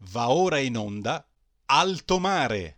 Va ora in onda Alto Mare.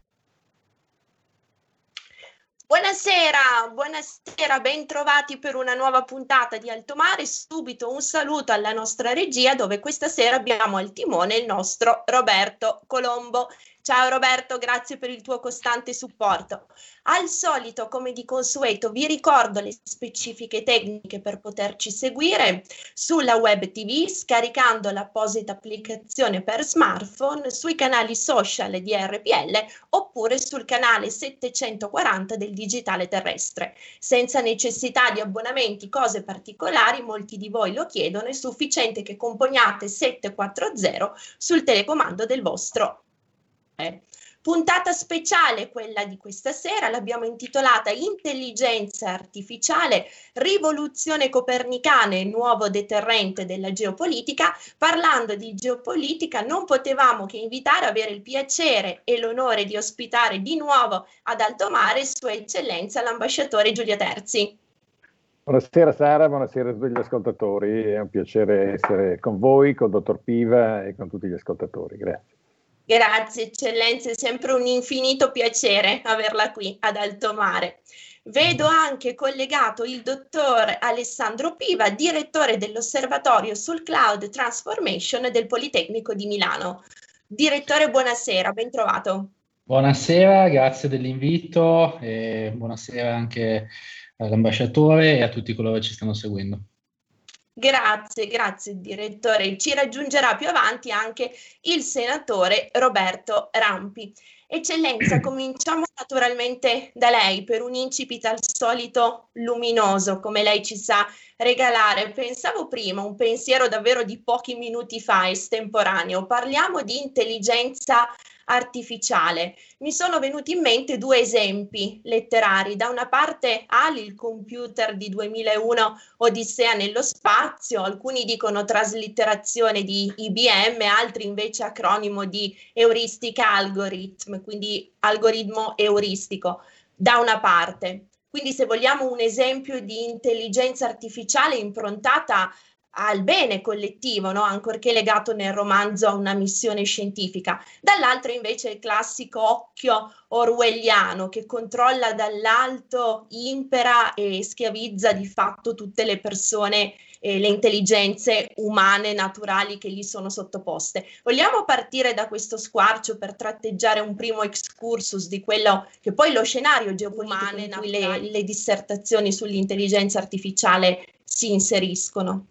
Buonasera, buonasera, ben trovati per una nuova puntata di Alto Mare. Subito un saluto alla nostra regia, dove questa sera abbiamo al timone il nostro Roberto Colombo. Ciao Roberto, grazie per il tuo costante supporto. Al solito, come di consueto, vi ricordo le specifiche tecniche per poterci seguire sulla web TV, scaricando l'apposita applicazione per smartphone, sui canali social di RPL oppure sul canale 740 del digitale terrestre. Senza necessità di abbonamenti, cose particolari, molti di voi lo chiedono, è sufficiente che componiate 740 sul telecomando del vostro. Puntata speciale quella di questa sera, l'abbiamo intitolata Intelligenza artificiale, rivoluzione copernicana e nuovo deterrente della geopolitica. Parlando di geopolitica non potevamo che invitare, avere il piacere e l'onore di ospitare di nuovo ad Alto Mare Sua Eccellenza l'ambasciatore Giulio Terzi. Buonasera Sara, buonasera a tutti gli ascoltatori, è un piacere essere con voi, col dottor Piva e con tutti gli ascoltatori, grazie. Grazie eccellenza, è sempre un infinito piacere averla qui ad Alto Mare. Vedo anche collegato il dottor Alessandro Piva, direttore dell'Osservatorio sul Cloud Transformation del Politecnico di Milano. Direttore, buonasera, ben trovato. Buonasera, grazie dell'invito e buonasera anche all'ambasciatore e a tutti coloro che ci stanno seguendo. Grazie direttore. Ci raggiungerà più avanti anche il senatore Roberto Rampi. Eccellenza, cominciamo naturalmente da lei per un incipit al solito luminoso, come lei ci sa regalare. Pensavo prima, un pensiero davvero di pochi minuti fa, estemporaneo. Parliamo di intelligenza artificiale. Mi sono venuti in mente due esempi letterari. Da una parte Ali, il computer di 2001, Odissea nello spazio, alcuni dicono traslitterazione di IBM, altri invece acronimo di Heuristic Algorithm, quindi algoritmo euristico, da una parte. Quindi se vogliamo un esempio di intelligenza artificiale improntata al bene collettivo, no? Ancorché legato nel romanzo a una missione scientifica. Dall'altro invece il classico occhio orwelliano che controlla dall'alto, impera e schiavizza di fatto tutte le persone, le intelligenze umane naturali che gli sono sottoposte. Vogliamo partire da questo squarcio per tratteggiare un primo excursus di quello che poi lo scenario geopolitico in cui le dissertazioni sull'intelligenza artificiale si inseriscono?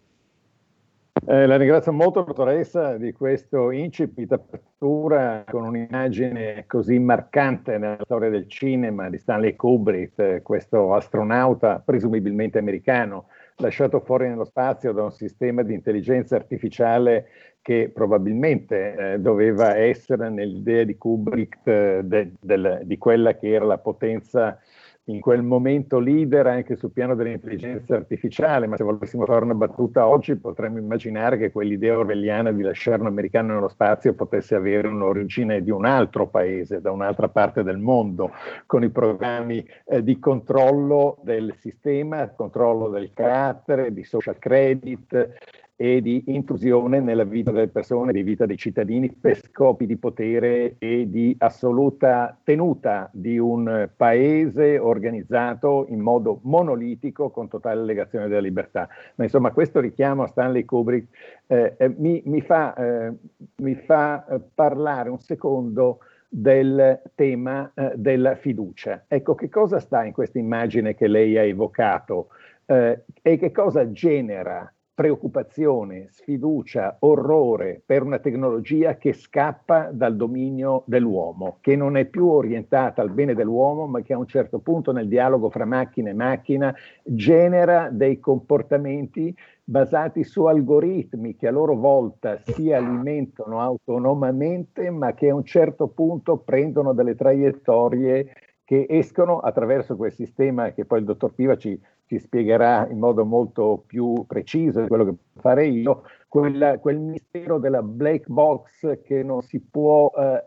La ringrazio molto, dottoressa, di questo incipit apertura con un'immagine così marcante nella storia del cinema di Stanley Kubrick, questo astronauta presumibilmente americano, lasciato fuori nello spazio da un sistema di intelligenza artificiale che probabilmente doveva essere nell'idea di Kubrick di quella che era la potenza in quel momento leader anche sul piano dell'intelligenza artificiale, ma se volessimo fare una battuta oggi potremmo immaginare che quell'idea orwelliana di lasciare un americano nello spazio potesse avere un'origine di un altro paese, da un'altra parte del mondo, con i programmi di controllo del sistema, controllo del carattere, di social credit e di intrusione nella vita delle persone, di vita dei cittadini per scopi di potere e di assoluta tenuta di un paese organizzato in modo monolitico con totale legazione della libertà. Ma insomma questo richiamo a Stanley Kubrick mi fa parlare un secondo del tema della fiducia. Ecco, che cosa sta in questa immagine che lei ha evocato e che cosa genera preoccupazione, sfiducia, orrore per una tecnologia che scappa dal dominio dell'uomo, che non è più orientata al bene dell'uomo, ma che a un certo punto nel dialogo fra macchina e macchina genera dei comportamenti basati su algoritmi che a loro volta si alimentano autonomamente, ma che a un certo punto prendono delle traiettorie che escono attraverso quel sistema che poi il dottor Piva ci ci spiegherà in modo molto più preciso di quello che posso fare io, quel mistero della black box che non si può,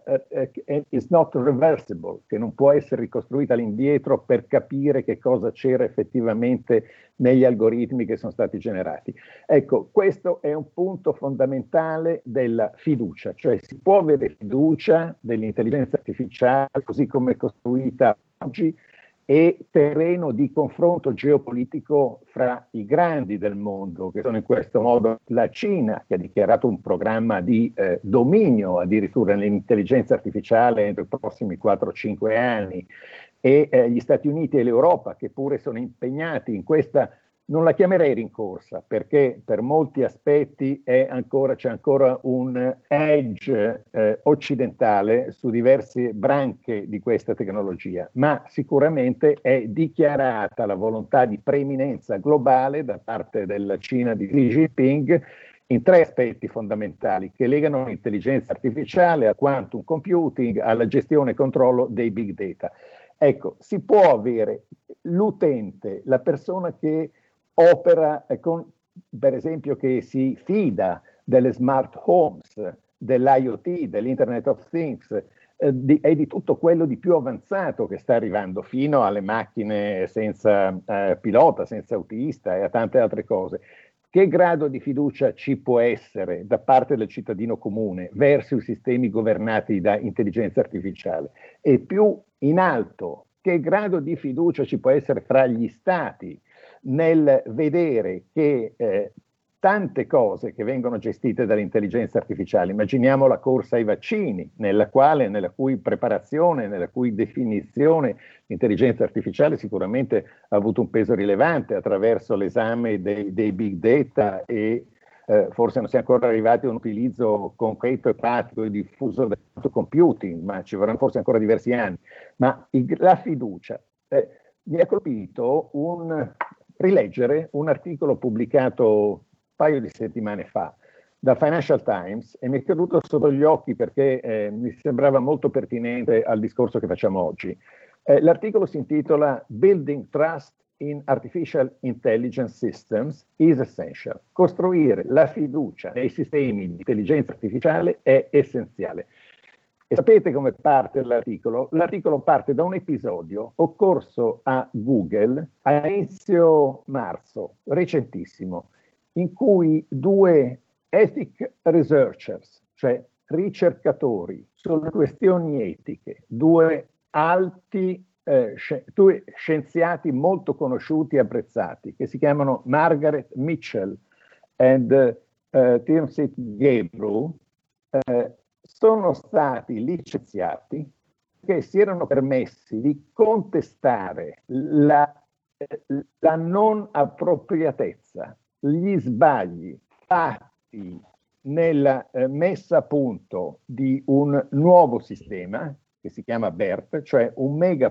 is not reversible, che non può essere ricostruita all'indietro per capire che cosa c'era effettivamente negli algoritmi che sono stati generati. Ecco, questo è un punto fondamentale della fiducia, cioè si può avere fiducia dell'intelligenza artificiale così come è costruita oggi, e terreno di confronto geopolitico fra i grandi del mondo, che sono in questo modo la Cina, che ha dichiarato un programma di dominio addirittura nell'intelligenza artificiale entro i prossimi 4-5 anni, e gli Stati Uniti e l'Europa, che pure sono impegnati in questa, non la chiamerei rincorsa, perché per molti aspetti c'è ancora un edge occidentale su diverse branche di questa tecnologia, ma sicuramente è dichiarata la volontà di preeminenza globale da parte della Cina di Xi Jinping in 3 aspetti fondamentali che legano l'intelligenza artificiale al quantum computing, alla gestione e controllo dei big data. Ecco, si può avere l'utente, la persona che opera per esempio, che si fida delle smart homes, dell'IoT, dell'Internet of Things, e di tutto quello di più avanzato che sta arrivando fino alle macchine senza pilota, senza autista e a tante altre cose. Che grado di fiducia ci può essere da parte del cittadino comune verso i sistemi governati da intelligenza artificiale? E più in alto, che grado di fiducia ci può essere fra gli stati nel vedere che tante cose che vengono gestite dall'intelligenza artificiale, immaginiamo la corsa ai vaccini, nella cui preparazione, nella cui definizione l'intelligenza artificiale sicuramente ha avuto un peso rilevante attraverso l'esame dei big data e forse non si è ancora arrivati a un utilizzo concreto e pratico e diffuso del computing, ma ci vorranno forse ancora diversi anni. Ma la fiducia, mi ha colpito rileggere un articolo pubblicato un paio di settimane fa da Financial Times e mi è caduto sotto gli occhi perché mi sembrava molto pertinente al discorso che facciamo oggi. L'articolo si intitola Building Trust in Artificial Intelligence Systems is Essential. Costruire la fiducia nei sistemi di intelligenza artificiale è essenziale. E sapete come parte l'articolo? L'articolo parte da un episodio occorso a Google a inizio marzo, recentissimo, in cui 2 ethic researchers, cioè ricercatori sulle questioni etiche, 2 scienziati molto conosciuti e apprezzati, che si chiamano Margaret Mitchell e Timothy Gabriel, sono stati licenziati perché si erano permessi di contestare la non appropriatezza, gli sbagli fatti nella messa a punto di un nuovo sistema che si chiama BERT, cioè un mega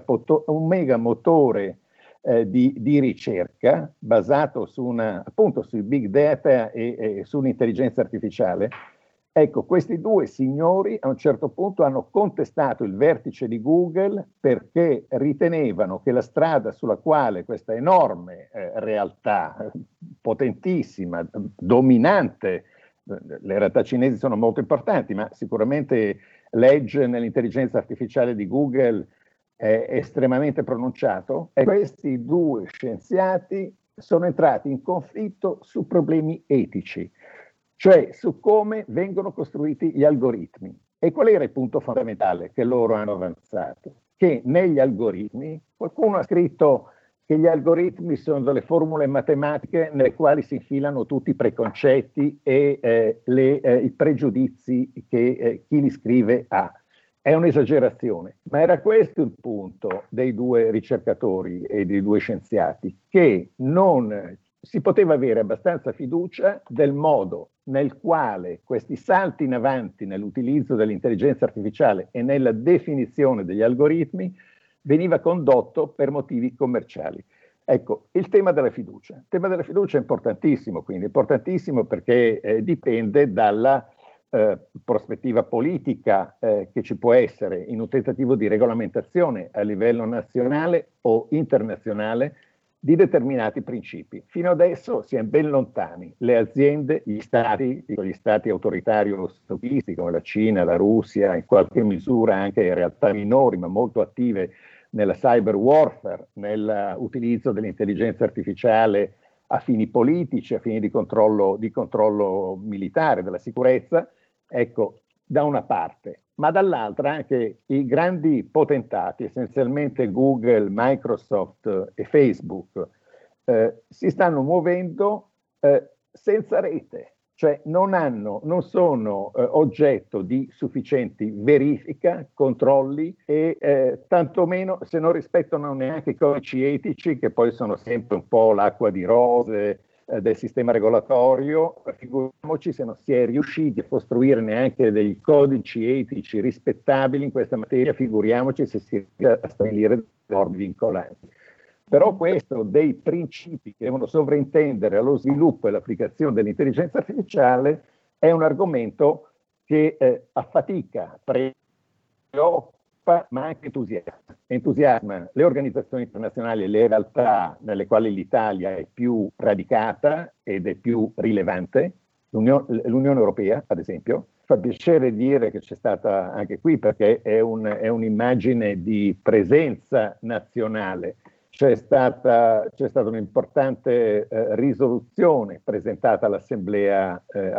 motore di ricerca basato appunto sui big data e sull'intelligenza artificiale. Ecco, questi 2 signori a un certo punto hanno contestato il vertice di Google perché ritenevano che la strada sulla quale questa enorme realtà, potentissima, dominante, le realtà cinesi sono molto importanti, ma sicuramente l'edge nell'intelligenza artificiale di Google è estremamente pronunciato, e questi 2 scienziati sono entrati in conflitto su problemi etici, cioè su come vengono costruiti gli algoritmi. E qual era il punto fondamentale che loro hanno avanzato? Che negli algoritmi, qualcuno ha scritto che gli algoritmi sono delle formule matematiche nelle quali si infilano tutti i preconcetti e i pregiudizi che chi li scrive ha. È un'esagerazione, ma era questo il punto dei 2 ricercatori e dei 2 scienziati, che non si poteva avere abbastanza fiducia del modo nel quale questi salti in avanti nell'utilizzo dell'intelligenza artificiale e nella definizione degli algoritmi veniva condotto per motivi commerciali. Ecco, il tema della fiducia. Il tema della fiducia è importantissimo, quindi importantissimo perché dipende dalla prospettiva politica che ci può essere in un tentativo di regolamentazione a livello nazionale o internazionale di determinati principi. Fino adesso siamo ben lontani. Le aziende, gli stati autoritari o statisti come la Cina, la Russia, in qualche misura anche in realtà minori, ma molto attive nella cyber warfare, nell'utilizzo dell'intelligenza artificiale a fini politici, a fini di controllo militare, della sicurezza, ecco, da una parte, ma dall'altra anche i grandi potentati, essenzialmente Google, Microsoft e Facebook, si stanno muovendo senza rete, cioè non sono oggetto di sufficienti verifica, controlli e tantomeno se non rispettano neanche i codici etici, che poi sono sempre un po' l'acqua di rose del sistema regolatorio. Figuriamoci se non si è riusciti a costruire neanche dei codici etici rispettabili in questa materia, figuriamoci se si riesce a stabilire norme vincolanti. Però questo dei principi che devono sovrintendere allo sviluppo e all'applicazione dell'intelligenza artificiale è un argomento che affatica, preoccupa, ma anche entusiasma le organizzazioni internazionali e le realtà nelle quali l'Italia è più radicata ed è più rilevante, l'Unione Europea, ad esempio. Fa piacere dire che c'è stata anche qui, perché è un'immagine di presenza nazionale. C'è stata un'importante risoluzione presentata all'Assemblea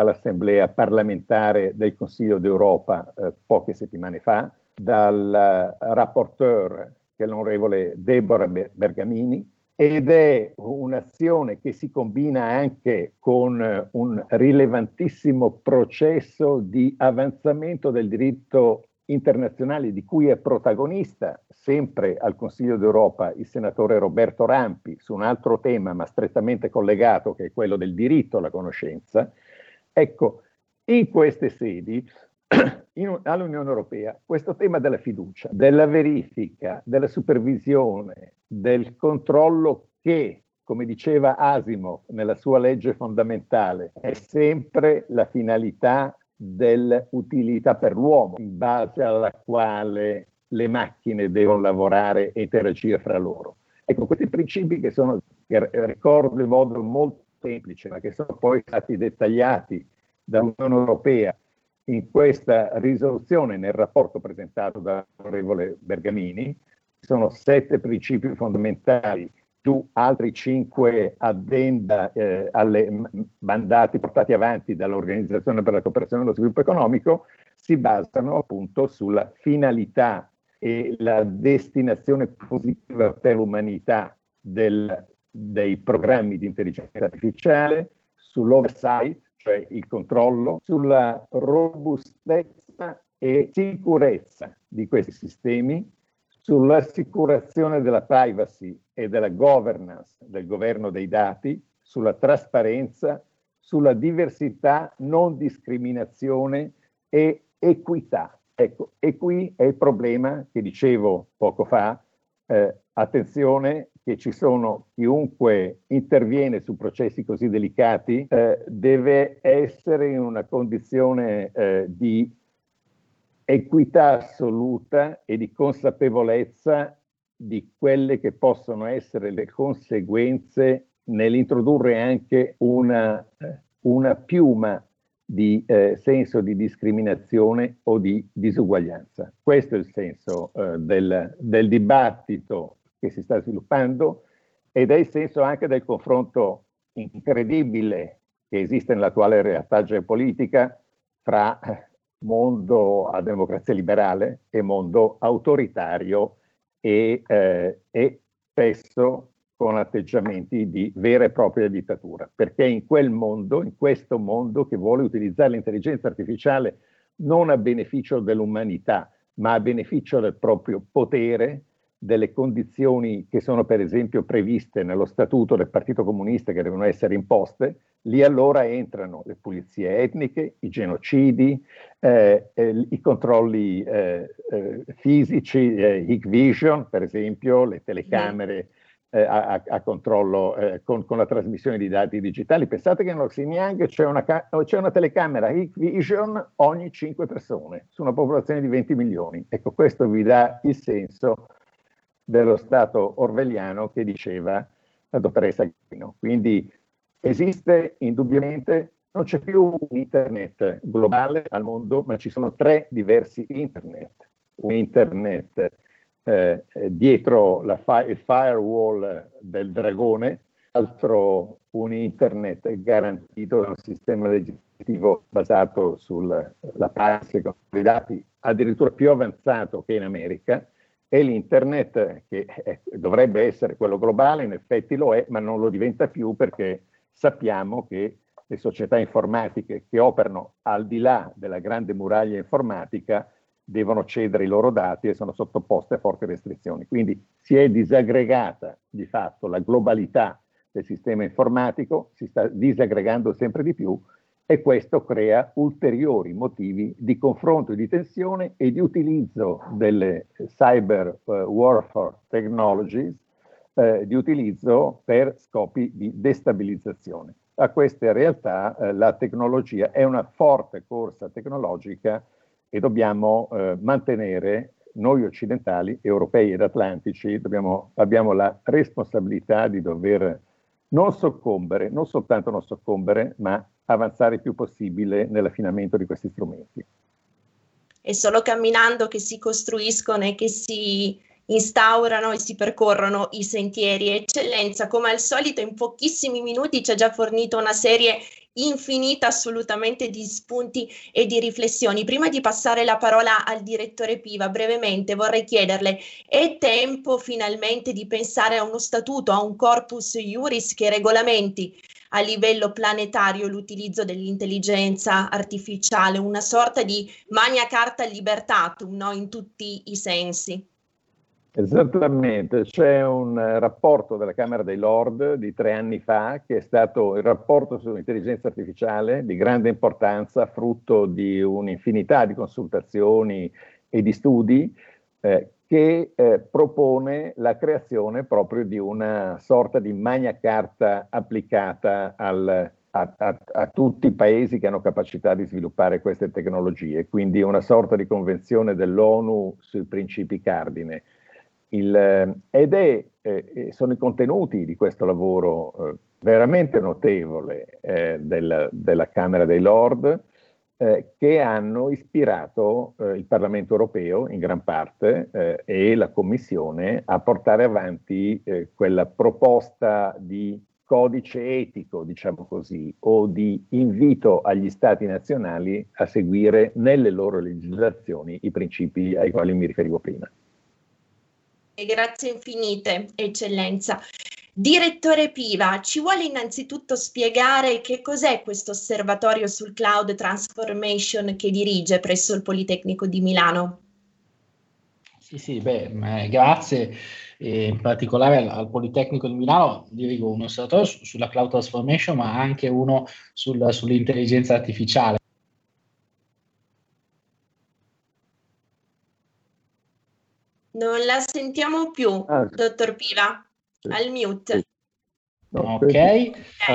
parlamentare del Consiglio d'Europa poche settimane fa dal rapporteur, che è l'onorevole Deborah Bergamini, ed è un'azione che si combina anche con un rilevantissimo processo di avanzamento del diritto internazionale di cui è protagonista sempre al Consiglio d'Europa il senatore Roberto Rampi su un altro tema ma strettamente collegato, che è quello del diritto alla conoscenza. Ecco, in queste sedi all'Unione Europea questo tema della fiducia, della verifica, della supervisione, del controllo che, come diceva Asimov nella sua legge fondamentale, è sempre la finalità dell'utilità per l'uomo, in base alla quale le macchine devono lavorare e interagire fra loro. Ecco, questi principi che ricordo in modo molto semplice, ma che sono poi stati dettagliati dall'Unione Europea in questa risoluzione, nel rapporto presentato dall'onorevole Bergamini. Sono 7 principi fondamentali più altri 5 addenda alle mandati portati avanti dall'Organizzazione per la cooperazione e lo sviluppo economico, si basano appunto sulla finalità e la destinazione positiva per l'umanità dei programmi di intelligenza artificiale, sull'oversight, cioè il controllo, sulla robustezza e sicurezza di questi sistemi, sull'assicurazione della privacy e della governance del governo dei dati, sulla trasparenza, sulla diversità, non discriminazione e equità. Ecco, e qui è il problema che dicevo poco fa, attenzione che ci sono, chiunque interviene su processi così delicati deve essere in una condizione di equità assoluta e di consapevolezza di quelle che possono essere le conseguenze nell'introdurre anche una piuma di senso di discriminazione o di disuguaglianza. Questo è il senso del dibattito che si sta sviluppando ed è il senso anche del confronto incredibile che esiste nell'attuale realtà geopolitica fra mondo a democrazia liberale e mondo autoritario e spesso con atteggiamenti di vera e propria dittatura, perché in questo mondo che vuole utilizzare l'intelligenza artificiale non a beneficio dell'umanità, ma a beneficio del proprio potere, delle condizioni che sono per esempio previste nello statuto del Partito Comunista che devono essere imposte, lì allora entrano le pulizie etniche, i genocidi, i controlli fisici, Hikvision per esempio, le telecamere a controllo con la trasmissione di dati digitali. Pensate che nello Xinjiang c'è una telecamera Hikvision ogni 5 persone su una popolazione di 20 milioni. Ecco, questo vi dà il senso dello Stato orwelliano che diceva la dottoressa Ghino. Quindi esiste indubbiamente, non c'è più un internet globale al mondo, ma ci sono 3 diversi internet. Un internet dietro il firewall del dragone, altro un internet garantito da un sistema legislativo basato sulla privacy dei dati, addirittura più avanzato che in America, e l'internet che dovrebbe essere quello globale, in effetti lo è, ma non lo diventa più perché sappiamo che le società informatiche che operano al di là della grande muraglia informatica devono cedere i loro dati e sono sottoposte a forti restrizioni. Quindi si è disaggregata di fatto la globalità del sistema informatico, si sta disaggregando sempre di più e questo crea ulteriori motivi di confronto e di tensione e di utilizzo delle cyber warfare technologies, di utilizzo per scopi di destabilizzazione. A queste realtà la tecnologia è una forte corsa tecnologica e dobbiamo mantenere, noi occidentali, europei ed atlantici, abbiamo la responsabilità di dover non soccombere, non soltanto non soccombere, ma avanzare il più possibile nell'affinamento di questi strumenti. È solo camminando che si costruiscono e che si instaurano e si percorrono i sentieri. Eccellenza, come al solito, in pochissimi minuti ci ha già fornito una serie infinita assolutamente di spunti e di riflessioni. Prima di passare la parola al direttore Piva, brevemente vorrei chiederle: è tempo finalmente di pensare a uno statuto, a un corpus iuris che regolamenti a livello planetario l'utilizzo dell'intelligenza artificiale, una sorta di Magna Carta Libertatum, no? In tutti i sensi? Esattamente, c'è un rapporto della Camera dei Lord di 3 anni fa che è stato il rapporto sull'intelligenza artificiale di grande importanza, frutto di un'infinità di consultazioni e di studi che propone la creazione proprio di una sorta di Magna Carta applicata a tutti i paesi che hanno capacità di sviluppare queste tecnologie, quindi una sorta di convenzione dell'ONU sui principi cardine. Sono i contenuti di questo lavoro veramente notevole della Camera dei Lord che hanno ispirato il Parlamento europeo in gran parte e la Commissione a portare avanti quella proposta di codice etico, diciamo così, o di invito agli Stati nazionali a seguire nelle loro legislazioni i principi ai quali mi riferivo prima. Grazie infinite, Eccellenza. Direttore Piva, ci vuole innanzitutto spiegare che cos'è questo osservatorio sul cloud transformation che dirige presso il Politecnico di Milano? Sì, grazie. In particolare al Politecnico di Milano dirigo un osservatorio sulla cloud transformation, ma anche uno sull'intelligenza artificiale. Non la sentiamo più, dottor Piva, al mute. Ok,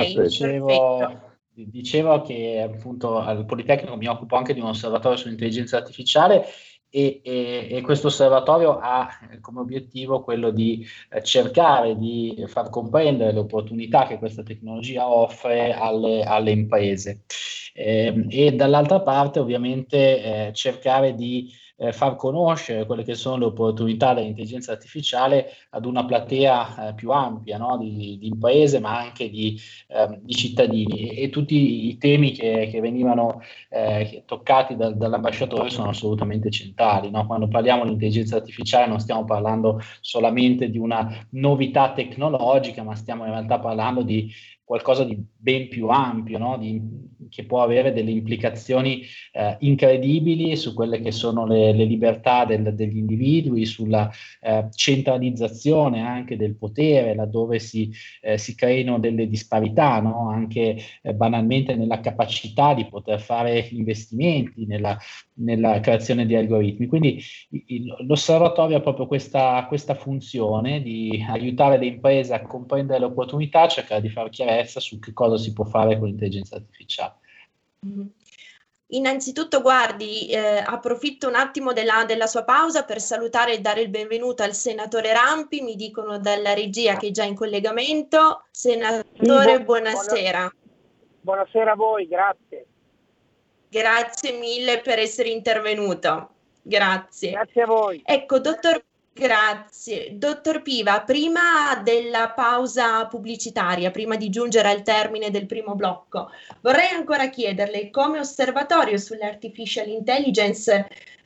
dicevo che appunto al Politecnico mi occupo anche di un osservatorio sull'intelligenza artificiale e questo osservatorio ha come obiettivo quello di cercare di far comprendere le opportunità che questa tecnologia offre alle imprese e dall'altra parte ovviamente cercare di far conoscere quelle che sono le opportunità dell'intelligenza artificiale ad una platea più ampia, no? di imprese ma anche di cittadini e tutti i temi che venivano toccati dall'ambasciatore sono assolutamente centrali, no? Quando parliamo di intelligenza artificiale non stiamo parlando solamente di una novità tecnologica, ma stiamo in realtà parlando di qualcosa di ben più ampio, no? Che può avere delle implicazioni incredibili su quelle che sono le libertà degli individui, sulla centralizzazione anche del potere, laddove si creino delle disparità, no? Anche banalmente nella capacità di poter fare investimenti, nella creazione di algoritmi. Quindi l'osservatorio ha proprio questa funzione di aiutare le imprese a comprendere le opportunità, cercare di fare chiarezza su che cosa si può fare con l'intelligenza artificiale. Innanzitutto, guardi, approfitto un attimo della sua pausa per salutare e dare il benvenuto al senatore Rampi. Mi dicono dalla regia che è già in collegamento. Senatore, Sì, buonasera. Buonasera a voi, grazie. Grazie mille per essere intervenuto. Grazie. Grazie a voi. Ecco, grazie. Dottor Piva, prima della pausa pubblicitaria, prima di giungere al termine del primo blocco, vorrei ancora chiederle come osservatorio sull'artificial intelligence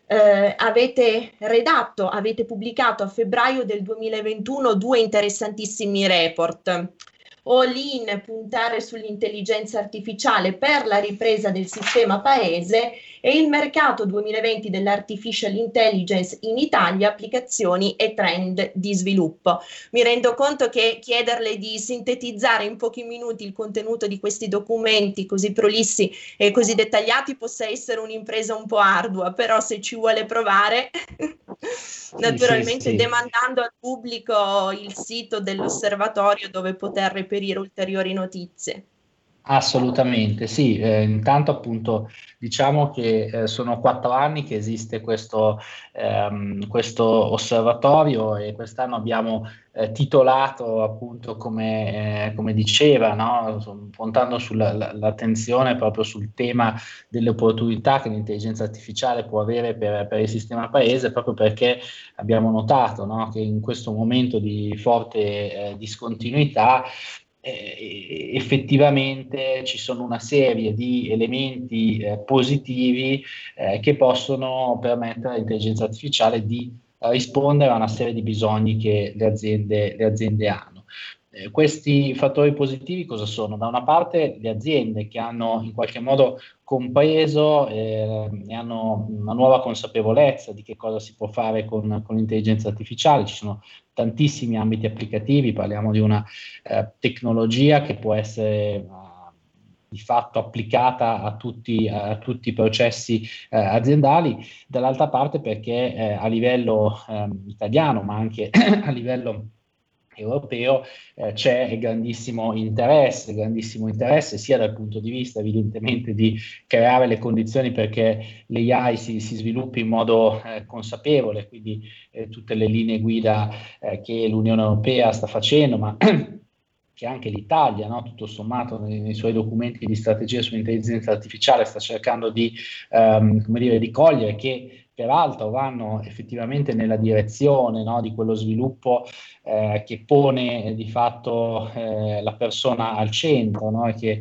avete pubblicato a febbraio del 2021 due interessantissimi report. All in, puntare sull'intelligenza artificiale per la ripresa del sistema paese, e il mercato 2020 dell'artificial intelligence in Italia, applicazioni e trend di sviluppo. Mi rendo conto che chiederle di sintetizzare in pochi minuti il contenuto di questi documenti così prolissi e così dettagliati possa essere un'impresa un po' ardua, però se ci vuole provare, naturalmente sì. demandando al pubblico il sito dell'osservatorio dove poter reperire ulteriori notizie. Assolutamente, sì. Intanto appunto diciamo che sono 4 anni che esiste questo osservatorio, e quest'anno abbiamo titolato appunto come diceva, no? Puntando l'attenzione proprio sul tema delle opportunità che l'intelligenza artificiale può avere per il sistema paese, proprio perché abbiamo notato, no, che in questo momento di forte discontinuità effettivamente ci sono una serie di elementi positivi che possono permettere all'intelligenza artificiale di rispondere a una serie di bisogni che le aziende hanno. Questi fattori positivi cosa sono? Da una parte le aziende che hanno in qualche modo compreso e hanno una nuova consapevolezza di che cosa si può fare con l'intelligenza artificiale. Ci sono tantissimi ambiti applicativi, parliamo di una tecnologia che può essere di fatto applicata a tutti i processi aziendali. Dall'altra parte perché a livello italiano, ma anche a livello europeo c'è grandissimo interesse sia dal punto di vista evidentemente di creare le condizioni perché l'AI si sviluppi in modo consapevole, quindi tutte le linee guida che l'Unione Europea sta facendo, ma che anche l'Italia, no, tutto sommato nei suoi documenti di strategia sull'intelligenza artificiale sta cercando di cogliere, che peraltro vanno effettivamente nella direzione, no, di quello sviluppo che pone di fatto la persona al centro, no, e che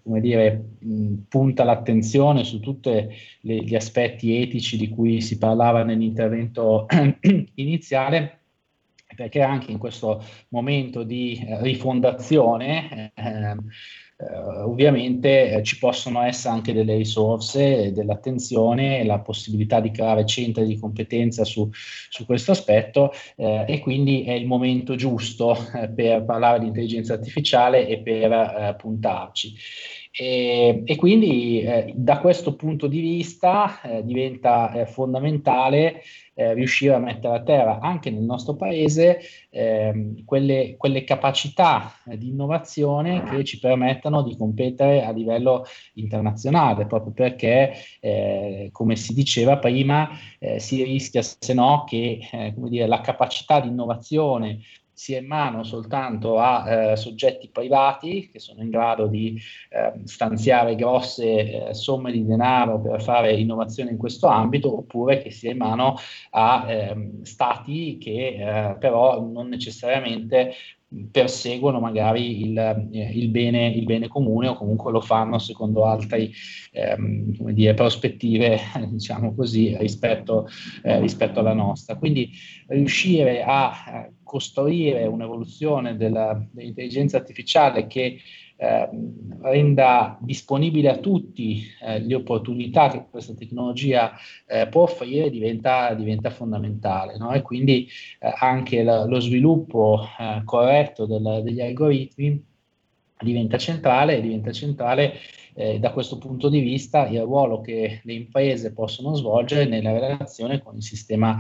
punta l'attenzione su tutti gli aspetti etici di cui si parlava nell'intervento iniziale, perché anche in questo momento di rifondazione ovviamente ci possono essere anche delle risorse, dell'attenzione e la possibilità di creare centri di competenza su questo aspetto, e quindi è il momento giusto per parlare di intelligenza artificiale e per puntarci. E quindi da questo punto di vista diventa fondamentale riuscire a mettere a terra anche nel nostro paese quelle capacità di innovazione che ci permettano di competere a livello internazionale, proprio perché come si diceva prima si rischia se no che la capacità di innovazione sia in mano soltanto a soggetti privati che sono in grado di stanziare grosse somme di denaro per fare innovazione in questo ambito, oppure che sia in mano a stati che però non necessariamente perseguono magari il bene comune, o comunque lo fanno secondo altre prospettive, diciamo così, rispetto alla nostra. Quindi riuscire a costruire un'evoluzione dell'intelligenza artificiale che renda disponibile a tutti le opportunità che questa tecnologia può offrire diventa fondamentale, no? E quindi anche lo sviluppo corretto degli algoritmi diventa centrale da questo punto di vista il ruolo che le imprese possono svolgere nella relazione con il sistema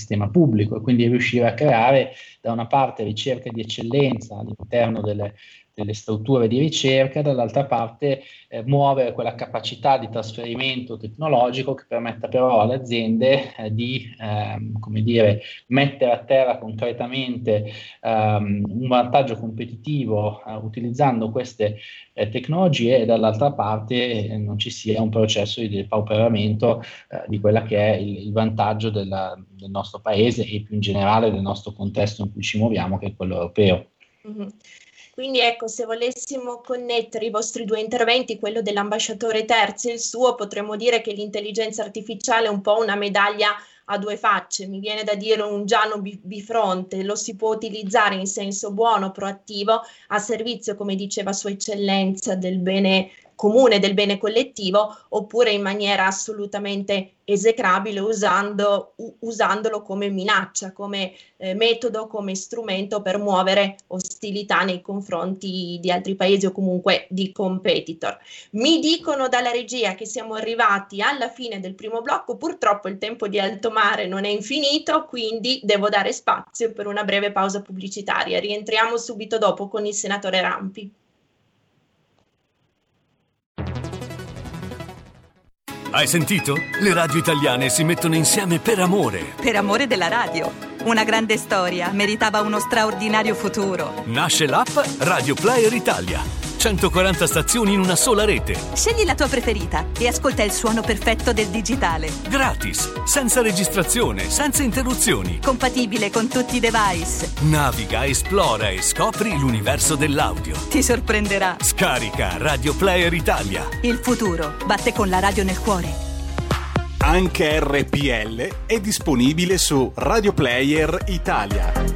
pubblico, e quindi riuscire a creare da una parte ricerca di eccellenza all'interno delle strutture di ricerca, dall'altra parte muovere quella capacità di trasferimento tecnologico che permetta però alle aziende di come dire, mettere a terra concretamente un vantaggio competitivo utilizzando queste tecnologie, e dall'altra parte non ci sia un processo di depauperamento di quella che è il vantaggio del nostro paese e più in generale del nostro contesto in cui ci muoviamo, che è quello europeo. Mm-hmm. Quindi ecco, se volessimo connettere i vostri due interventi, quello dell'ambasciatore Terzi e il suo, potremmo dire che l'intelligenza artificiale è un po' una medaglia a due facce, mi viene da dire un Giano bifronte, lo si può utilizzare in senso buono, proattivo, a servizio, come diceva Sua Eccellenza, del bene comune, del bene collettivo, oppure in maniera assolutamente esecrabile usandolo come minaccia, come metodo, come strumento per muovere ostilità nei confronti di altri paesi o comunque di competitor. Mi dicono dalla regia che siamo arrivati alla fine del primo blocco, purtroppo il tempo di Alto Mare non è infinito, quindi devo dare spazio per una breve pausa pubblicitaria. Rientriamo subito dopo con il senatore Rampi. Hai sentito? Le radio italiane si mettono insieme per amore. Per amore della radio. Una grande storia meritava uno straordinario futuro. Nasce l'app Radio Player Italia. 140 stazioni in una sola rete. Scegli la tua preferita e ascolta il suono perfetto del digitale. Gratis, senza registrazione, senza interruzioni. Compatibile con tutti i device. Naviga, esplora e scopri l'universo dell'audio. Ti sorprenderà. Scarica Radio Player Italia. Il futuro batte con la radio nel cuore. Anche RPL è disponibile su Radio Player Italia.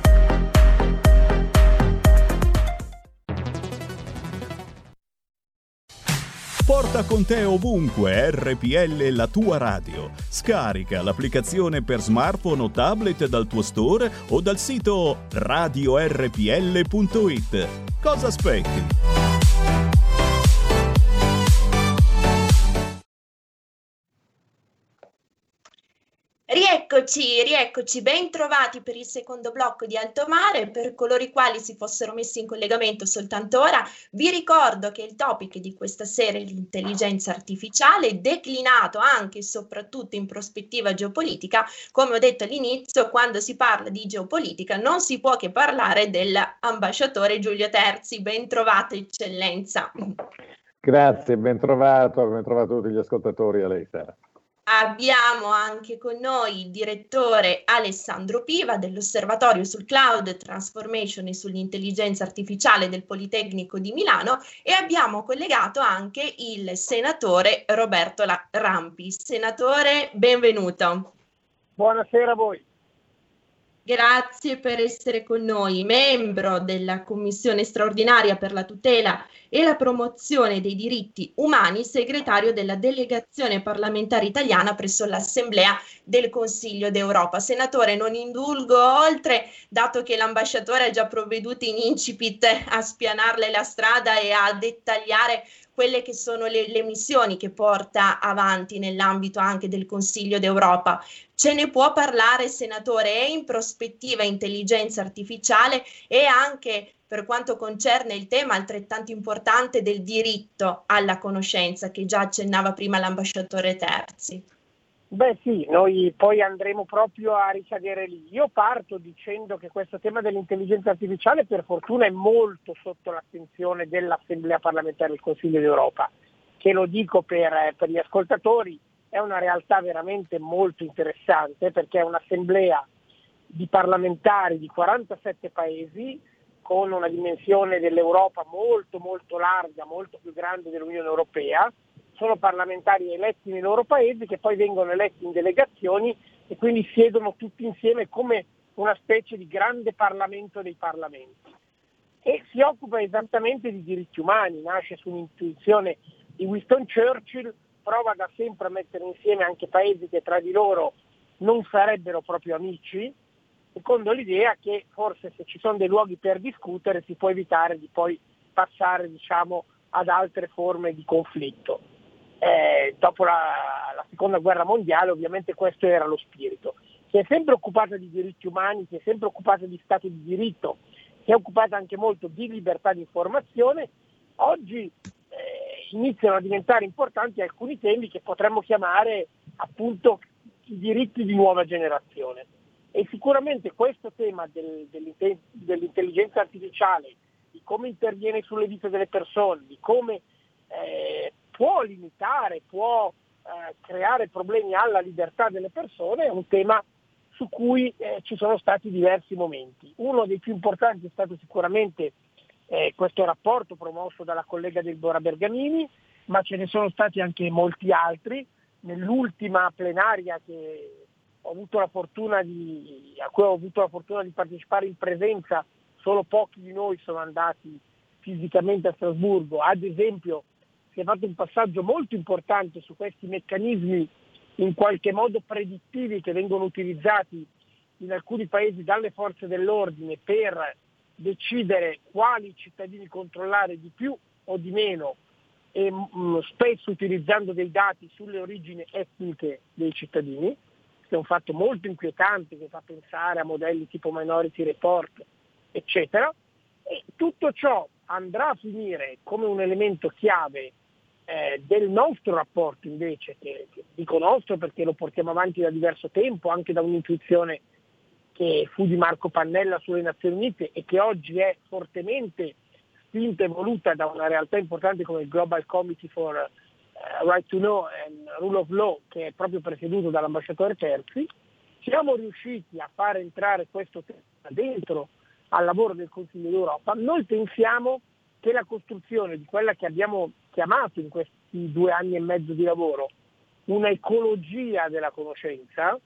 Porta con te ovunque RPL, la tua radio. Scarica l'applicazione per smartphone o tablet dal tuo store o dal sito radiorpl.it. Cosa aspetti? Rieccoci, ben trovati per il secondo blocco di Alto Mare. Per coloro i quali si fossero messi in collegamento soltanto ora, vi ricordo che il topic di questa sera è l'intelligenza artificiale, declinato anche e soprattutto in prospettiva geopolitica. Come ho detto all'inizio, quando si parla di geopolitica non si può che parlare dell'ambasciatore Giulio Terzi. Ben trovato, Eccellenza. Grazie, ben trovato tutti gli ascoltatori, a lei Sara. Abbiamo anche con noi il direttore Alessandro Piva dell'Osservatorio sul Cloud Transformation e sull'intelligenza artificiale del Politecnico di Milano, e abbiamo collegato anche il senatore Roberto Rampi. Senatore, benvenuto. Buonasera a voi. Grazie per essere con noi, membro della Commissione straordinaria per la tutela e la promozione dei diritti umani, segretario della delegazione parlamentare italiana presso l'Assemblea del Consiglio d'Europa. Senatore, non indulgo oltre, dato che l'ambasciatore ha già provveduto in incipit a spianarle la strada e a dettagliare quelle che sono le missioni che porta avanti nell'ambito anche del Consiglio d'Europa. Ce ne può parlare, senatore? È in prospettiva intelligenza artificiale e anche per quanto concerne il tema altrettanto importante del diritto alla conoscenza, che già accennava prima l'ambasciatore Terzi. Beh sì, noi poi andremo proprio a ricadere lì. Io parto dicendo che questo tema dell'intelligenza artificiale per fortuna è molto sotto l'attenzione dell'Assemblea parlamentare del Consiglio d'Europa, che, lo dico per gli ascoltatori, è una realtà veramente molto interessante, perché è un'assemblea di parlamentari di 47 paesi con una dimensione dell'Europa molto molto larga, molto più grande dell'Unione Europea. Sono parlamentari eletti nei loro paesi che poi vengono eletti in delegazioni e quindi siedono tutti insieme come una specie di grande Parlamento dei parlamenti. E si occupa esattamente di diritti umani, nasce su un'intuizione di Winston Churchill, prova da sempre a mettere insieme anche paesi che tra di loro non sarebbero proprio amici, secondo l'idea che forse se ci sono dei luoghi per discutere si può evitare di poi passare, diciamo, ad altre forme di conflitto. Dopo la seconda guerra mondiale ovviamente questo era lo spirito. Si è sempre occupata di diritti umani, si è sempre occupata di Stato di diritto, si è occupata anche molto di libertà di informazione. Oggi iniziano a diventare importanti alcuni temi che potremmo chiamare appunto i diritti di nuova generazione. E sicuramente questo tema dell'intelligenza artificiale, di come interviene sulle vite delle persone, di come può limitare, può creare problemi alla libertà delle persone, è un tema su cui ci sono stati diversi momenti. Uno dei più importanti è stato sicuramente questo rapporto promosso dalla collega Deborah Bergamini, ma ce ne sono stati anche molti altri. Nell'ultima plenaria a cui ho avuto la fortuna di partecipare in presenza, solo pochi di noi sono andati fisicamente a Strasburgo. Ad esempio si è fatto un passaggio molto importante su questi meccanismi in qualche modo predittivi che vengono utilizzati in alcuni paesi dalle forze dell'ordine per decidere quali cittadini controllare di più o di meno, e spesso utilizzando dei dati sulle origini etniche dei cittadini, che è un fatto molto inquietante che fa pensare a modelli tipo Minority Report, eccetera. E tutto ciò andrà a finire come un elemento chiave del nostro rapporto invece, che dico nostro perché lo portiamo avanti da diverso tempo, anche da un'intuizione che fu di Marco Pannella sulle Nazioni Unite e che oggi è fortemente spinta e voluta da una realtà importante come il Global Committee for Right to Know and Rule of Law, che è proprio presieduto dall'ambasciatore Terzi. Siamo riusciti a far entrare questo tema dentro al lavoro del Consiglio d'Europa. Noi pensiamo che la costruzione di quella che abbiamo chiamato in questi 2 anni e mezzo di lavoro una ecologia della conoscenza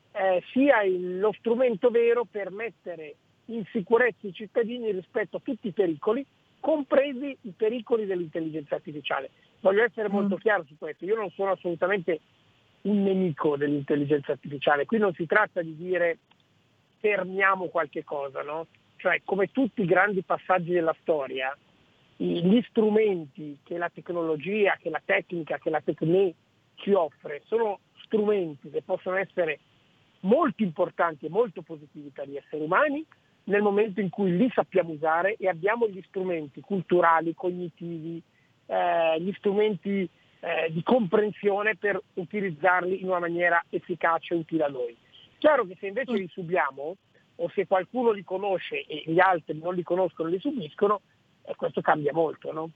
sia lo strumento vero per mettere in sicurezza i cittadini rispetto a tutti i pericoli, compresi i pericoli dell'intelligenza artificiale. Voglio essere molto chiaro su questo, io non sono assolutamente un nemico dell'intelligenza artificiale, qui non si tratta di dire fermiamo qualche cosa, no? Cioè, come tutti i grandi passaggi della storia, gli strumenti che la tecnologia, che la tecnica, che la tecnica ci offre sono strumenti che possono essere molto importanti e molto positivi per gli esseri umani nel momento in cui li sappiamo usare e abbiamo gli strumenti culturali, cognitivi, gli strumenti di comprensione per utilizzarli in una maniera efficace e utile a noi. Chiaro che se invece li subiamo o se qualcuno li conosce e gli altri non li conoscono e li subiscono, questo cambia molto, no?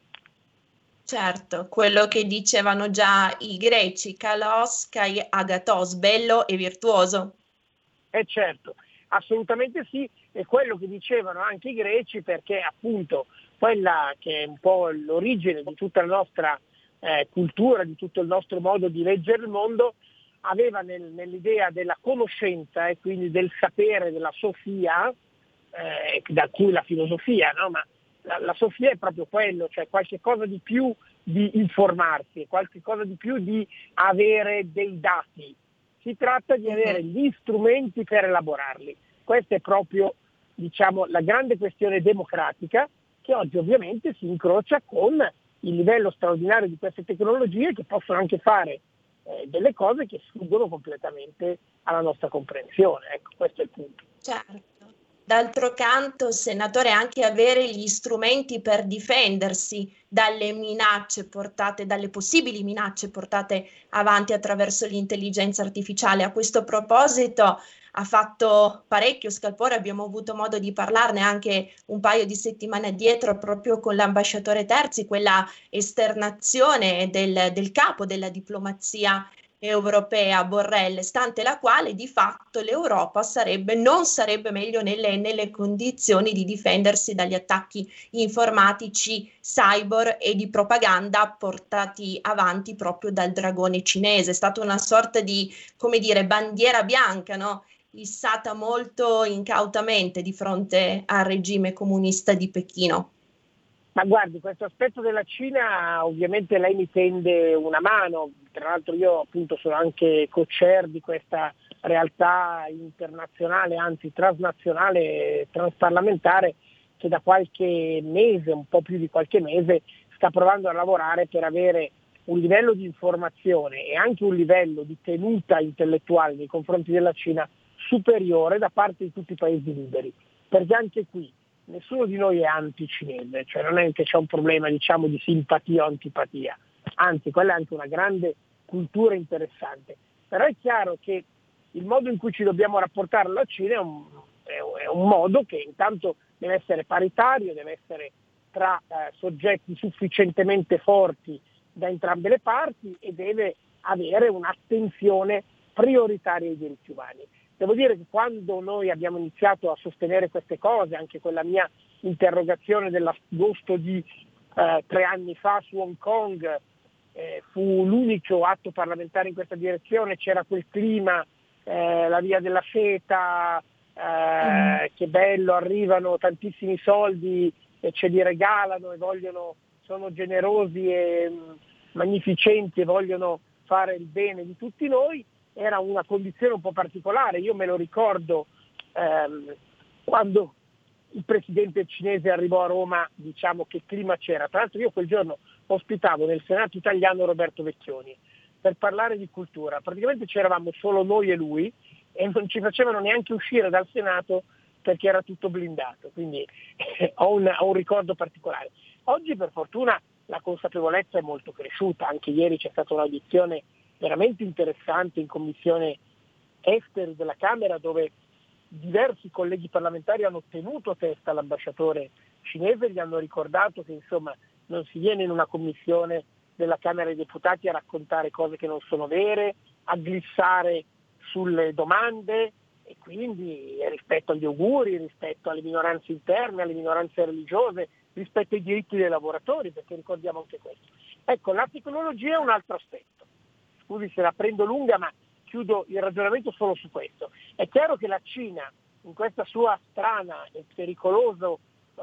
Certo, quello che dicevano già i greci, kalos kai agathos, bello e virtuoso. Certo, assolutamente sì, è quello che dicevano anche i greci, perché appunto quella che è un po' l'origine di tutta la nostra cultura, di tutto il nostro modo di leggere il mondo, aveva nell'idea della conoscenza e quindi del sapere, della sofia, da cui la filosofia, no? Ma la sofia è proprio quello, cioè qualche cosa di più di informarsi, qualche cosa di più di avere dei dati. Si tratta di avere gli strumenti per elaborarli. Questa è proprio, diciamo, la grande questione democratica che oggi ovviamente si incrocia con il livello straordinario di queste tecnologie che possono anche fare delle cose che sfuggono completamente alla nostra comprensione. Ecco, questo è il punto. Certo. D'altro canto, senatore, anche avere gli strumenti per difendersi dalle minacce portate, dalle possibili minacce portate avanti attraverso l'intelligenza artificiale. A questo proposito ha fatto parecchio scalpore, abbiamo avuto modo di parlarne anche un paio di settimane addietro proprio con l'ambasciatore Terzi, quella esternazione del capo della diplomazia europea Borrell, stante la quale di fatto l'Europa non sarebbe meglio nelle condizioni di difendersi dagli attacchi informatici, cyber e di propaganda portati avanti proprio dal dragone cinese. È stata una sorta di, come dire, bandiera bianca, no? Issata molto incautamente di fronte al regime comunista di Pechino. Ma guardi, questo aspetto della Cina ovviamente lei mi tende una mano, tra l'altro io appunto sono anche co-chair di questa realtà internazionale, anzi transnazionale, transparlamentare, che da qualche mese, un po' più di qualche mese, sta provando a lavorare per avere un livello di informazione e anche un livello di tenuta intellettuale nei confronti della Cina superiore da parte di tutti i paesi liberi, perché anche qui nessuno di noi è anti-cinese, cioè non è che c'è un problema, diciamo, di simpatia o antipatia, anzi quella è anche una grande cultura interessante, però è chiaro che il modo in cui ci dobbiamo rapportare alla Cina è un modo che intanto deve essere paritario, deve essere tra soggetti sufficientemente forti da entrambe le parti e deve avere un'attenzione prioritaria ai diritti umani. Devo dire che quando noi abbiamo iniziato a sostenere queste cose, anche quella mia interrogazione dell'agosto di 3 anni fa su Hong Kong fu l'unico atto parlamentare in questa direzione, c'era quel clima, la via della seta, che bello, arrivano tantissimi soldi e ce li regalano e sono generosi e magnificenti e vogliono fare il bene di tutti noi. Era una condizione un po' particolare, io me lo ricordo quando il presidente cinese arrivò a Roma, diciamo che clima c'era. Tra l'altro io quel giorno ospitavo nel Senato italiano Roberto Vecchioni per parlare di cultura, praticamente c'eravamo solo noi e lui e non ci facevano neanche uscire dal Senato perché era tutto blindato, quindi ho un ricordo particolare. Oggi per fortuna la consapevolezza è molto cresciuta, anche ieri c'è stata un'audizione veramente interessante in commissione esteri della Camera dove diversi colleghi parlamentari hanno tenuto testa all'ambasciatore cinese, gli hanno ricordato che insomma non si viene in una commissione della Camera dei Deputati a raccontare cose che non sono vere, a glissare sulle domande e quindi rispetto agli uiguri, rispetto alle minoranze interne, alle minoranze religiose, rispetto ai diritti dei lavoratori, perché ricordiamo anche questo. Ecco, la tecnologia è un altro aspetto. Scusi se la prendo lunga, ma chiudo il ragionamento solo su questo. È chiaro che la Cina, in questa sua strana e pericoloso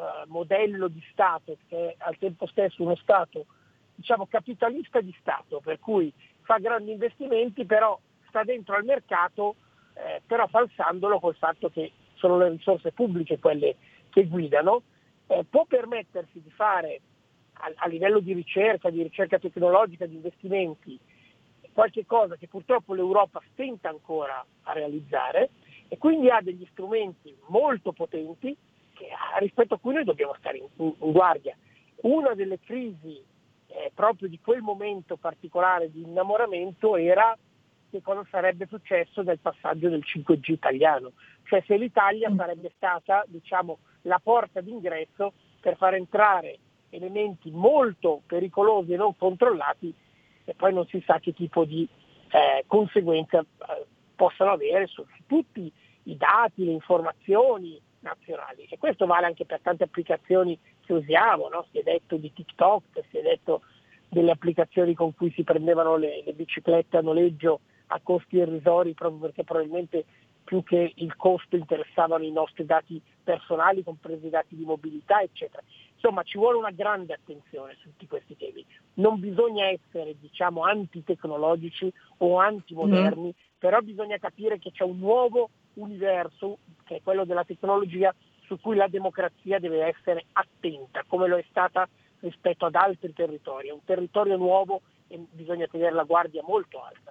modello di Stato, che è al tempo stesso uno Stato, diciamo, capitalista di Stato, per cui fa grandi investimenti, però sta dentro al mercato, però falsandolo col fatto che sono le risorse pubbliche quelle che guidano, può permettersi di fare a livello di ricerca tecnologica, di investimenti, qualche cosa che purtroppo l'Europa stenta ancora a realizzare e quindi ha degli strumenti molto potenti rispetto a cui noi dobbiamo stare in guardia. Una delle crisi proprio di quel momento particolare di innamoramento era che cosa sarebbe successo nel passaggio del 5G italiano, cioè se l'Italia sarebbe stata, diciamo, la porta d'ingresso per far entrare elementi molto pericolosi e non controllati e poi non si sa che tipo di conseguenze possano avere su tutti i dati, le informazioni nazionali. E questo vale anche per tante applicazioni che usiamo, no? Si è detto di TikTok, si è detto delle applicazioni con cui si prendevano le biciclette a noleggio a costi irrisori, proprio perché probabilmente più che il costo interessavano i nostri dati personali, compresi i dati di mobilità, eccetera. Insomma, ci vuole una grande attenzione su tutti questi temi. Non bisogna essere, diciamo, antitecnologici o antimoderni, però bisogna capire che c'è un nuovo universo, che è quello della tecnologia, su cui la democrazia deve essere attenta, come lo è stata rispetto ad altri territori. È un territorio nuovo e bisogna tenere la guardia molto alta.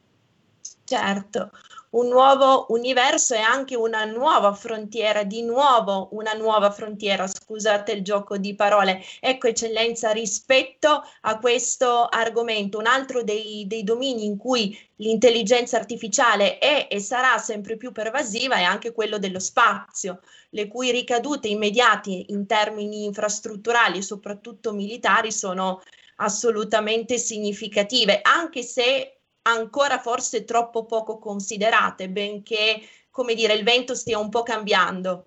Certo, un nuovo universo e anche una nuova frontiera, di nuovo una nuova frontiera, scusate il gioco di parole. Ecco, Eccellenza, rispetto a questo argomento, un altro dei domini in cui l'intelligenza artificiale è e sarà sempre più pervasiva è anche quello dello spazio, le cui ricadute immediate in termini infrastrutturali e soprattutto militari sono assolutamente significative, anche se ancora forse troppo poco considerate, benché, come dire, il vento stia un po' cambiando.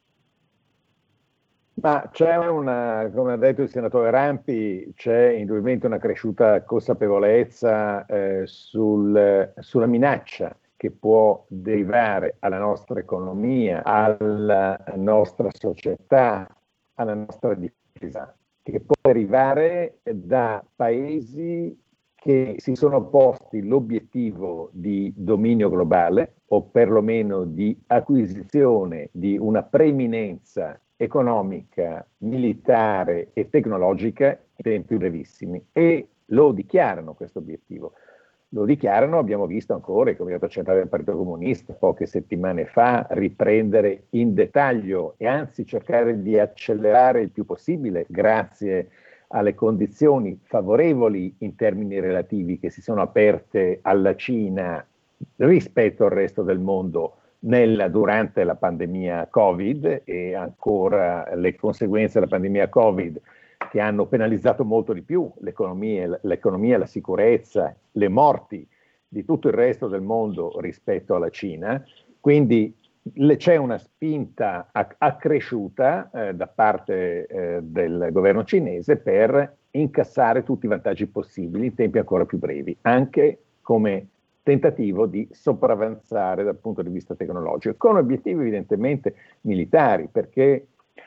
Ma c'è come ha detto il senatore Rampi, c'è indubbiamente una cresciuta consapevolezza sulla minaccia che può derivare alla nostra economia, alla nostra società, alla nostra difesa, che può derivare da paesi che si sono posti l'obiettivo di dominio globale o perlomeno di acquisizione di una preeminenza economica, militare e tecnologica in tempi brevissimi e lo dichiarano questo obiettivo. lo dichiarano, abbiamo visto ancora il Comitato Centrale del Partito Comunista poche settimane fa riprendere in dettaglio e anzi cercare di accelerare il più possibile, grazie alle condizioni favorevoli in termini relativi che si sono aperte alla Cina rispetto al resto del mondo durante la pandemia Covid, e ancora le conseguenze della pandemia Covid che hanno penalizzato molto di più l'economia, la sicurezza, le morti di tutto il resto del mondo rispetto alla Cina. Quindi c'è una spinta accresciuta da parte del governo cinese per incassare tutti i vantaggi possibili in tempi ancora più brevi, anche come tentativo di sopravanzare dal punto di vista tecnologico, con obiettivi evidentemente militari, perché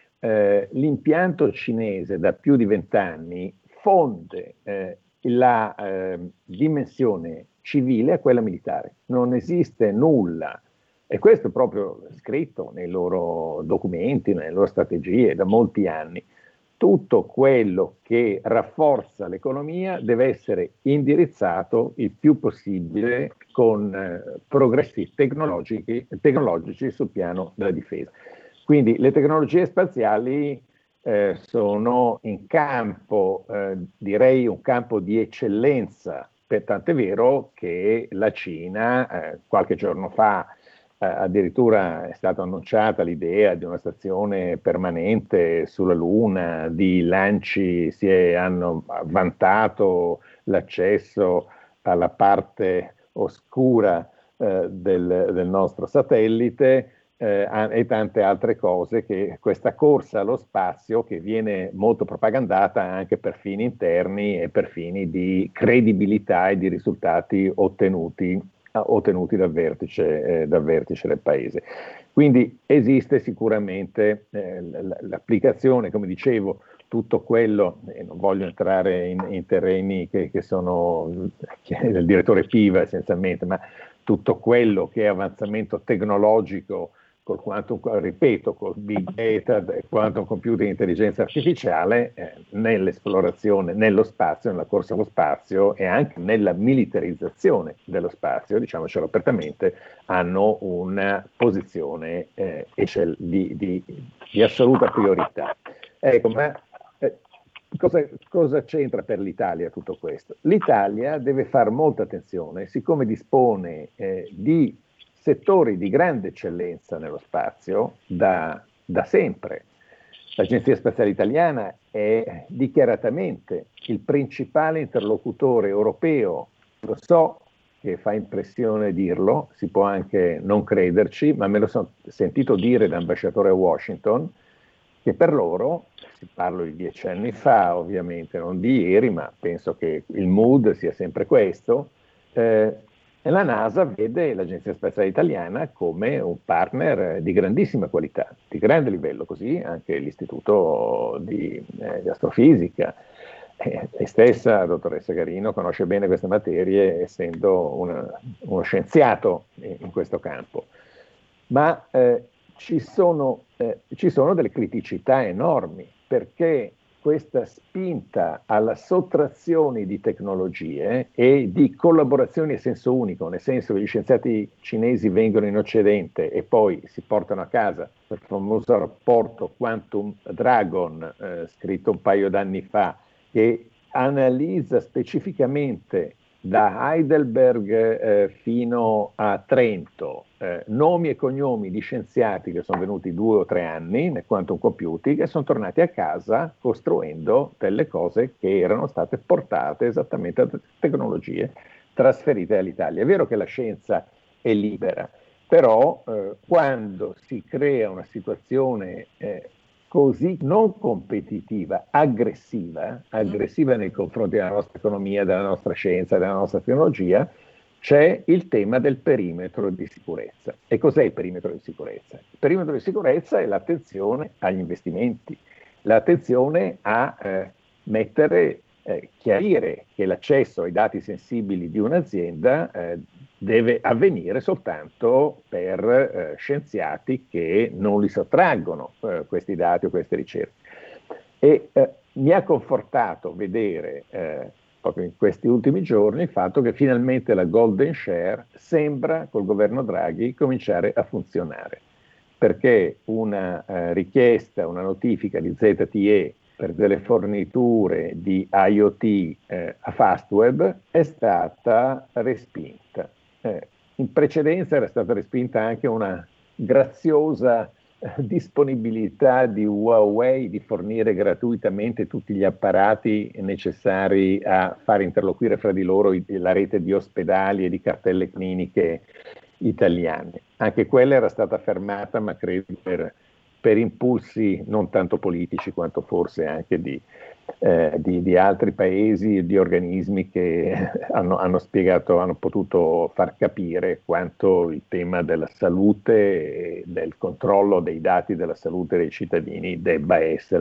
l'impianto cinese da più di 20 anni fonde la dimensione civile a quella militare. Non esiste nulla, e questo è proprio scritto nei loro documenti, nelle loro strategie da molti anni. Tutto quello che rafforza l'economia deve essere indirizzato il più possibile con progressi tecnologici sul piano della difesa. Quindi le tecnologie spaziali sono in campo, direi un campo di eccellenza, tant'è vero che la Cina qualche giorno fa addirittura è stata annunciata l'idea di una stazione permanente sulla Luna, di lanci, hanno vantato l'accesso alla parte oscura del nostro satellite, e tante altre cose, che questa corsa allo spazio che viene molto propagandata anche per fini interni e per fini di credibilità e di risultati ottenuti dal vertice del paese. Quindi esiste sicuramente l'applicazione, come dicevo, tutto quello, e non voglio entrare in terreni che sono del direttore Piva essenzialmente, ma tutto quello che è avanzamento tecnologico col big data, quantum computing, intelligenza artificiale, nell'esplorazione, nello spazio, nella corsa allo spazio e anche nella militarizzazione dello spazio, diciamocelo apertamente, hanno una posizione di assoluta priorità. Ecco, ma cosa c'entra per l'Italia tutto questo? L'Italia deve fare molta attenzione, siccome dispone di settori di grande eccellenza nello spazio da sempre. L'Agenzia Spaziale Italiana è dichiaratamente il principale interlocutore europeo. Lo so che fa impressione dirlo, si può anche non crederci, ma me lo sono sentito dire da ambasciatore a Washington, che per loro, si parlo di 10 anni fa ovviamente, non di ieri, ma penso che il mood sia sempre questo, e la NASA vede l'Agenzia Spaziale Italiana come un partner di grandissima qualità, di grande livello, così anche l'Istituto di Astrofisica. Lei stessa, la dottoressa Garino, conosce bene queste materie, essendo uno scienziato in questo campo. Ma ci sono delle criticità enormi, perché questa spinta alla sottrazione di tecnologie e di collaborazioni a senso unico, nel senso che gli scienziati cinesi vengono in Occidente e poi si portano a casa il famoso rapporto Quantum Dragon, scritto un paio d'anni fa, che analizza specificamente da Heidelberg fino a Trento nomi e cognomi di scienziati che sono venuti 2 o 3 anni nel quantum computing e sono tornati a casa costruendo delle cose che erano state portate esattamente da tecnologie trasferite all'Italia. È vero che la scienza è libera, però quando si crea una situazione così non competitiva, aggressiva nei confronti della nostra economia, della nostra scienza, della nostra tecnologia, c'è il tema del perimetro di sicurezza. E cos'è il perimetro di sicurezza? Il perimetro di sicurezza è l'attenzione agli investimenti, l'attenzione a chiarire che l'accesso ai dati sensibili di un'azienda deve avvenire soltanto per scienziati che non li sottraggono questi dati o queste ricerche. E mi ha confortato vedere proprio in questi ultimi giorni il fatto che finalmente la golden share sembra col governo Draghi cominciare a funzionare, perché una richiesta, una notifica di ZTE per delle forniture di IoT a Fastweb è stata respinta. In precedenza era stata respinta anche una graziosa disponibilità di Huawei di fornire gratuitamente tutti gli apparati necessari a far interloquire fra di loro la rete di ospedali e di cartelle cliniche italiane. Anche quella era stata fermata, ma credo per impulsi non tanto politici quanto forse anche di altri paesi e di organismi che hanno spiegato, hanno potuto far capire quanto il tema della salute e del controllo dei dati della salute dei cittadini debba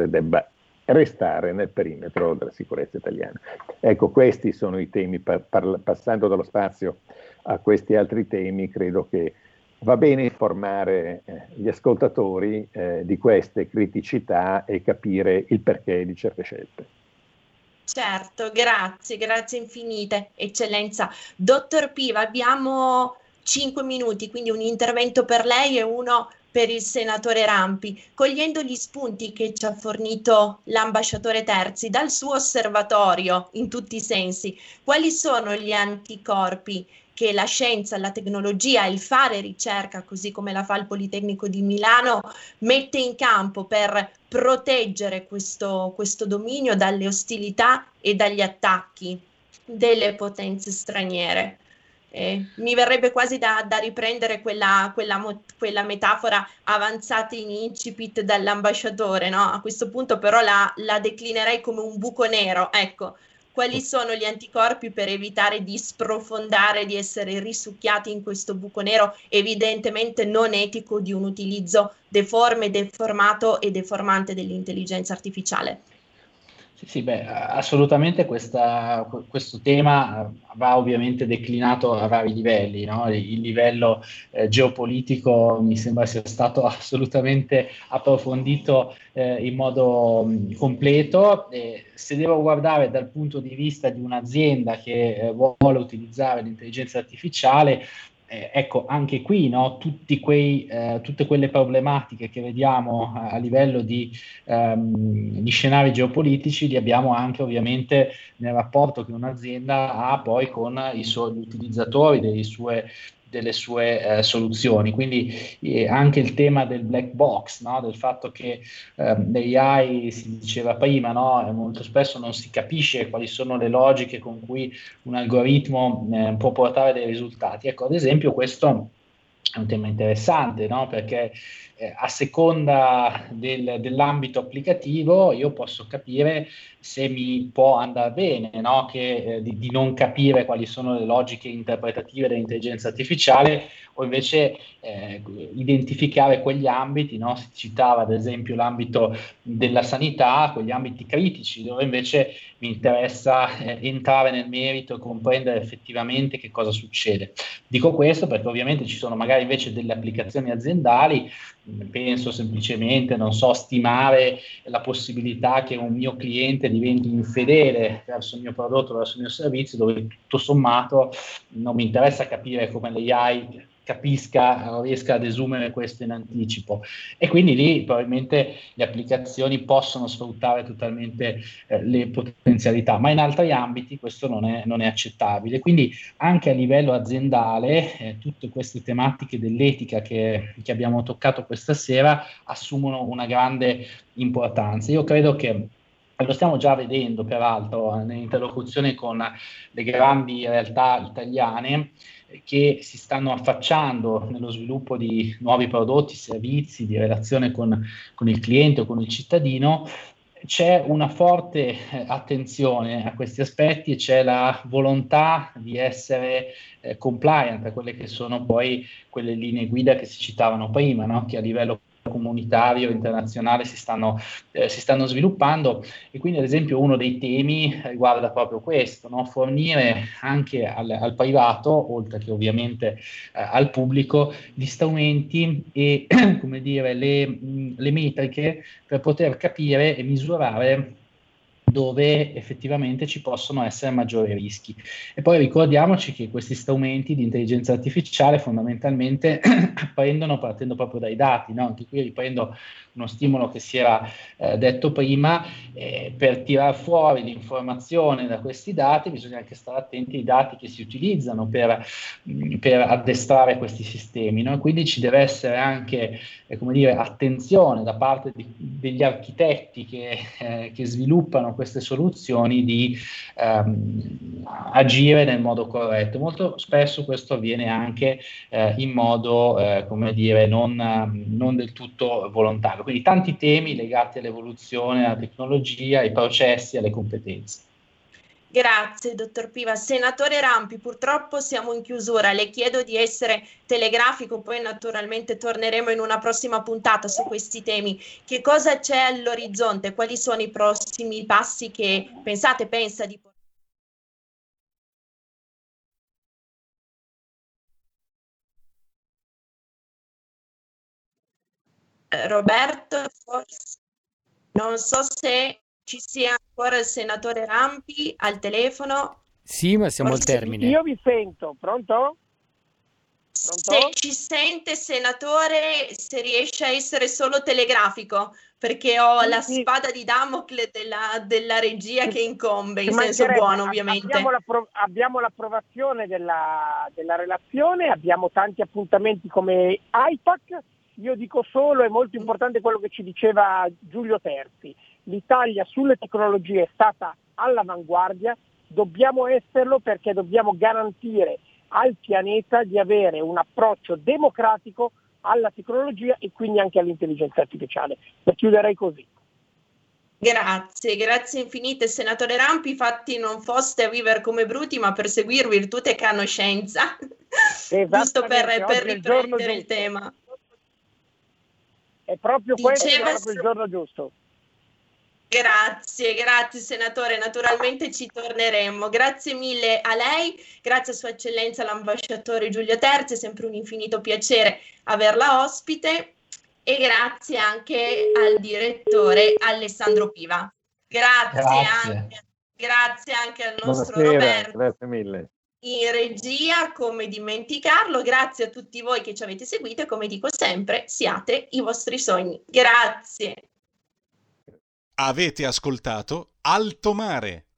restare nel perimetro della sicurezza italiana. Ecco, questi sono i temi. Passando dallo spazio a questi altri temi, credo che va bene informare gli ascoltatori di queste criticità e capire il perché di certe scelte. Certo, grazie infinite, eccellenza. Dottor Piva, abbiamo 5 minuti, quindi un intervento per lei e uno per il senatore Rampi. Cogliendo gli spunti che ci ha fornito l'ambasciatore Terzi dal suo osservatorio in tutti i sensi, quali sono gli anticorpi che la scienza, la tecnologia e il fare ricerca, così come la fa il Politecnico di Milano, mette in campo per proteggere questo dominio dalle ostilità e dagli attacchi delle potenze straniere? Mi verrebbe quasi da riprendere quella metafora avanzata in incipit dall'ambasciatore, no? A questo punto però la declinerei come un buco nero, ecco. Quali sono gli anticorpi per evitare di sprofondare, di essere risucchiati in questo buco nero evidentemente non etico di un utilizzo deforme, deformato e deformante dell'intelligenza artificiale? Sì, assolutamente questo tema va ovviamente declinato a vari livelli, no? Il livello geopolitico mi sembra sia stato assolutamente approfondito in modo completo. Se devo guardare dal punto di vista di un'azienda che vuole utilizzare l'intelligenza artificiale, ecco, anche qui, no, tutte quelle problematiche che vediamo a livello di scenari geopolitici li abbiamo anche ovviamente nel rapporto che un'azienda ha poi con gli utilizzatori delle sue soluzioni. Quindi anche il tema del black box, no? Del fatto che l'AI, si diceva prima, no? Molto spesso non si capisce quali sono le logiche con cui un algoritmo può portare dei risultati. Ecco, ad esempio, questo è un tema interessante, no? Perché a seconda dell'ambito applicativo io posso capire se mi può andare bene, no? Di non capire quali sono le logiche interpretative dell'intelligenza artificiale, o invece identificare quegli ambiti, no? Si citava ad esempio l'ambito della sanità, quegli ambiti critici dove invece mi interessa entrare nel merito e comprendere effettivamente che cosa succede. Dico questo perché ovviamente ci sono magari invece delle applicazioni aziendali, penso semplicemente, non so, stimare la possibilità che un mio cliente diventi infedele verso il mio prodotto, verso il mio servizio, dove tutto sommato non mi interessa capire come l'AI capisca o riesca ad esumere questo in anticipo, e quindi lì probabilmente le applicazioni possono sfruttare totalmente le potenzialità, ma in altri ambiti questo non è accettabile. Quindi anche a livello aziendale tutte queste tematiche dell'etica che abbiamo toccato questa sera assumono una grande importanza. Io credo che lo stiamo già vedendo peraltro nell'interlocuzione con le grandi realtà italiane che si stanno affacciando nello sviluppo di nuovi prodotti, servizi, di relazione con il cliente o con il cittadino. C'è una forte attenzione a questi aspetti e c'è la volontà di essere compliant a quelle che sono poi quelle linee guida che si citavano prima, no? Che a livello comunitario, internazionale si stanno sviluppando, e quindi ad esempio uno dei temi riguarda proprio questo, no? Fornire anche al privato, oltre che ovviamente al pubblico, gli strumenti e come dire le metriche per poter capire e misurare dove effettivamente ci possono essere maggiori rischi. E poi ricordiamoci che questi strumenti di intelligenza artificiale fondamentalmente partendo proprio dai dati, no? Anche qui riprendo uno stimolo che si era detto prima, per tirar fuori l'informazione da questi dati bisogna anche stare attenti ai dati che si utilizzano per addestrare questi sistemi, no? Quindi ci deve essere anche attenzione da parte degli architetti che sviluppano queste soluzioni di agire nel modo corretto. Molto spesso questo avviene anche in modo non del tutto volontario. Quindi tanti temi legati all'evoluzione, alla tecnologia, ai processi, alle competenze. Grazie, dottor Piva. Senatore Rampi, purtroppo siamo in chiusura. Le chiedo di essere telegrafico, poi naturalmente torneremo in una prossima puntata su questi temi. Che cosa c'è all'orizzonte? Quali sono i prossimi passi che pensa di portare? Roberto, forse non so se ci sia ancora il senatore Rampi al telefono. Sì, ma siamo al termine. Io vi sento, pronto? Se ci sente, senatore, se riesce a essere solo telegrafico, perché ho la spada di Damocle della regia che incombe, in senso buono ovviamente. Abbiamo l'approvazione della relazione, abbiamo tanti appuntamenti come AIPAC. Io dico solo, è molto importante quello che ci diceva Giulio Terzi, l'Italia sulle tecnologie è stata all'avanguardia, dobbiamo esserlo perché dobbiamo garantire al pianeta di avere un approccio democratico alla tecnologia e quindi anche all'intelligenza artificiale. Per chiuderei così. Grazie infinite senatore Rampi, fatti non foste a vivere come bruti ma per seguir virtute e conoscenza, giusto per riprendere il tema. È proprio questo, è proprio il giorno giusto. Grazie senatore, naturalmente ci torneremo. Grazie mille a lei, grazie a Sua Eccellenza l'ambasciatore Giulio Terzi, è sempre un infinito piacere averla ospite, e grazie anche al direttore Alessandro Piva. Grazie anche al nostro Roberto. Grazie mille. In regia, come dimenticarlo. Grazie a tutti voi che ci avete seguito e come dico sempre, siate i vostri sogni. Grazie. Avete ascoltato Alto Mare.